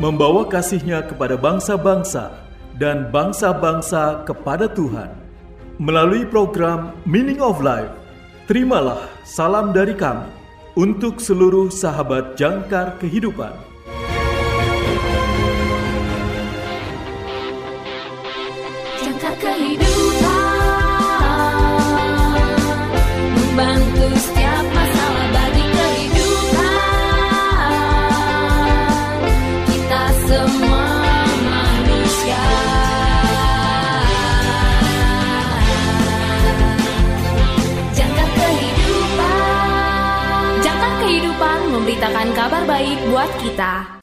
membawa kasih-Nya kepada bangsa-bangsa dan bangsa-bangsa kepada Tuhan. Melalui program Meaning of Life, terimalah salam dari kami untuk seluruh sahabat jangkar kehidupan. Jangkar kehidupan, membantu setiap masalah bagi kehidupan kita semua manusia. Jangkar kehidupan memberitakan kabar baik buat kita.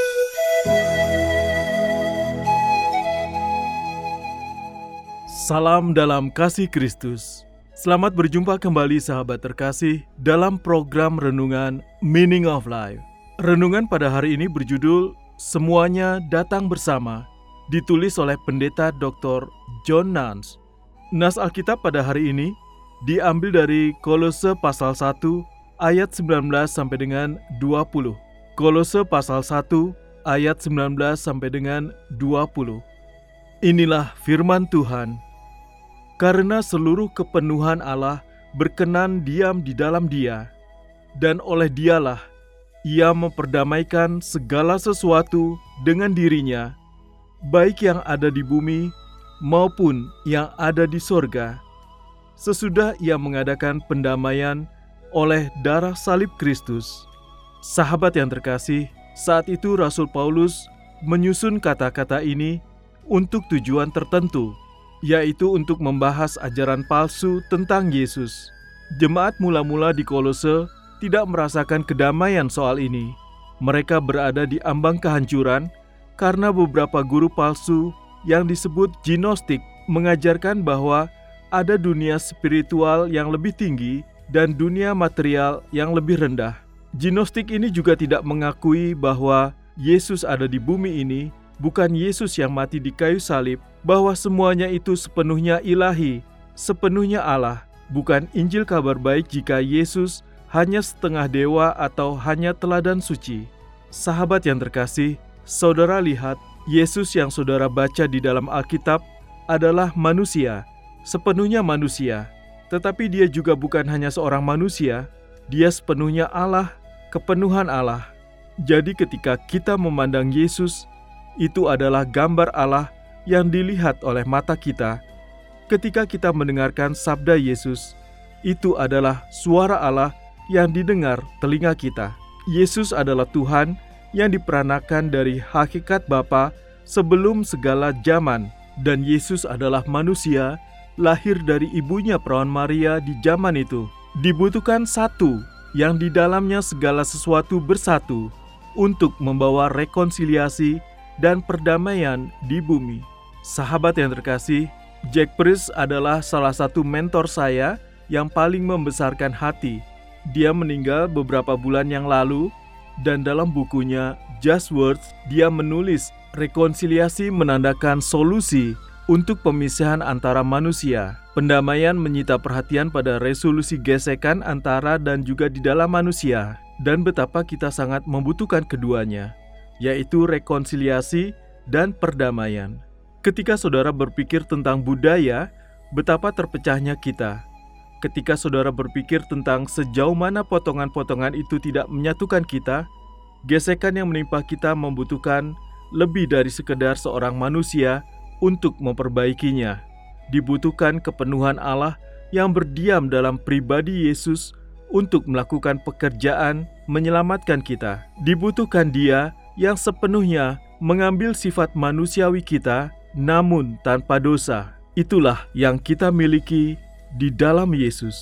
Salam dalam kasih Kristus. Selamat berjumpa kembali sahabat terkasih dalam program Renungan Meaning of Life. Renungan pada hari ini berjudul Semuanya Datang Bersama, ditulis oleh Pendeta Dr. John Nance. Nas Alkitab pada hari ini diambil dari Kolose pasal 1 ayat 19 sampai dengan 20. Kolose pasal 1 ayat 19 sampai dengan 20. Inilah firman Tuhan. Karena seluruh kepenuhan Allah berkenan diam di dalam Dia, dan oleh Dialah Ia memperdamaikan segala sesuatu dengan dirinya, baik yang ada di bumi maupun yang ada di sorga, sesudah Ia mengadakan pendamaian oleh darah salib Kristus. Sahabat yang terkasih, saat itu Rasul Paulus menyusun kata-kata ini untuk tujuan tertentu, yaitu untuk membahas ajaran palsu tentang Yesus. Jemaat mula-mula di Kolose tidak merasakan kedamaian soal ini. Mereka berada di ambang kehancuran karena beberapa guru palsu yang disebut Gnostik mengajarkan bahwa ada dunia spiritual yang lebih tinggi dan dunia material yang lebih rendah. Gnostik ini juga tidak mengakui bahwa Yesus ada di bumi ini, bukan Yesus yang mati di kayu salib, bahwa semuanya itu sepenuhnya ilahi, sepenuhnya Allah, bukan Injil kabar baik jika Yesus hanya setengah dewa atau hanya teladan suci. Sahabat yang terkasih, saudara lihat, Yesus yang saudara baca di dalam Alkitab adalah manusia, sepenuhnya manusia. Tetapi Dia juga bukan hanya seorang manusia, Dia sepenuhnya Allah, kepenuhan Allah. Jadi ketika kita memandang Yesus, itu adalah gambar Allah yang dilihat oleh mata kita. Ketika kita mendengarkan sabda Yesus, itu adalah suara Allah yang didengar telinga kita. Yesus adalah Tuhan yang diperanakan dari hakikat Bapa sebelum segala zaman, dan Yesus adalah manusia lahir dari ibunya perawan Maria di zaman itu. Dibutuhkan satu yang di dalamnya segala sesuatu bersatu untuk membawa rekonsiliasi dan perdamaian di bumi. Sahabat yang terkasih, Jack Priest adalah salah satu mentor saya yang paling membesarkan hati. Dia meninggal beberapa bulan yang lalu, dan dalam bukunya Just Words, dia menulis rekonsiliasi menandakan solusi untuk pemisahan antara manusia. Pendamaian menyita perhatian pada resolusi gesekan antara dan juga di dalam manusia, dan betapa kita sangat membutuhkan keduanya, yaitu rekonsiliasi dan perdamaian. Ketika saudara berpikir tentang budaya, betapa terpecahnya kita. Ketika saudara berpikir tentang sejauh mana potongan-potongan itu tidak menyatukan kita, gesekan yang menimpa kita membutuhkan lebih dari sekedar seorang manusia untuk memperbaikinya. Dibutuhkan kepenuhan Allah yang berdiam dalam pribadi Yesus untuk melakukan pekerjaan menyelamatkan kita. Dibutuhkan Dia yang sepenuhnya mengambil sifat manusiawi kita, namun tanpa dosa. Itulah yang kita miliki di dalam Yesus.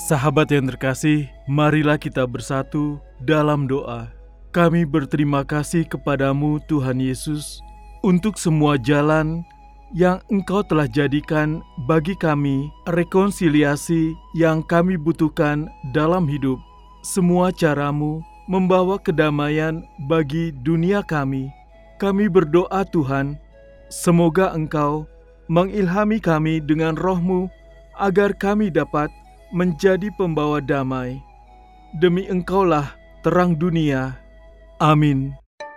Sahabat yang terkasih, marilah kita bersatu dalam doa. Kami berterima kasih kepadamu Tuhan Yesus untuk semua jalan yang Engkau telah jadikan bagi kami, rekonsiliasi yang kami butuhkan dalam hidup. Semua caramu membawa kedamaian bagi dunia kami. Kami berdoa Tuhan, semoga Engkau mengilhami kami dengan roh-Mu agar kami dapat menjadi pembawa damai. Demi Engkaulah terang dunia. Amin.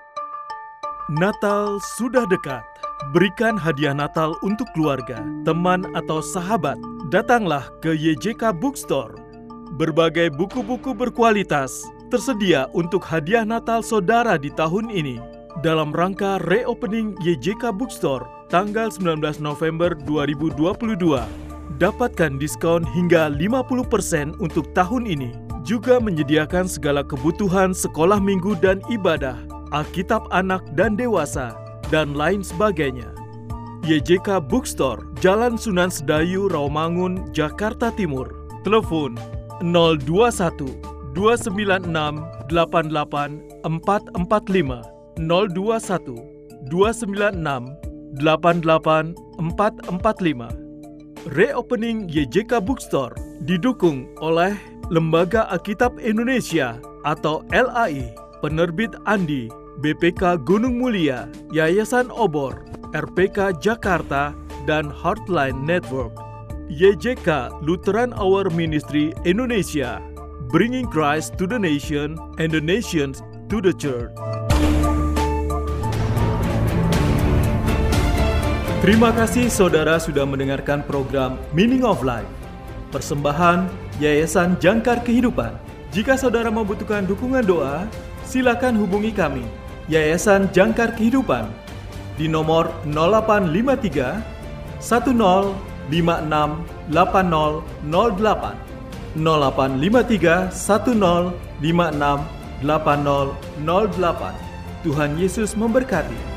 Natal sudah dekat. Berikan hadiah Natal untuk keluarga, teman atau sahabat. Datanglah ke YJK Bookstore. Berbagai buku-buku berkualitas tersedia untuk hadiah Natal saudara di tahun ini. Dalam rangka reopening YJK Bookstore tanggal 19 November 2022. Dapatkan diskon hingga 50% untuk tahun ini. Juga menyediakan segala kebutuhan sekolah minggu dan ibadah, Alkitab anak dan dewasa, dan lain sebagainya. YJK Bookstore, Jalan Sunan Sedayu, Rawamangun, Jakarta Timur. Telepon 021 296 88 445 021 296 88 445. Reopening YJK Bookstore didukung oleh Lembaga Alkitab Indonesia atau LAI, Penerbit Andi, BPK Gunung Mulia, Yayasan Obor, RPK Jakarta, dan Heartline Network. YJK Lutheran Hour Ministry Indonesia, bringing Christ to the nation and the nations to the church. Terima kasih saudara sudah mendengarkan program Meaning of Life. Persembahan Yayasan Jangkar Kehidupan. Jika saudara membutuhkan dukungan doa, silakan hubungi kami, Yayasan Jangkar Kehidupan, di nomor 0853 1056 8008 0853 1056 8008. Tuhan Yesus memberkati.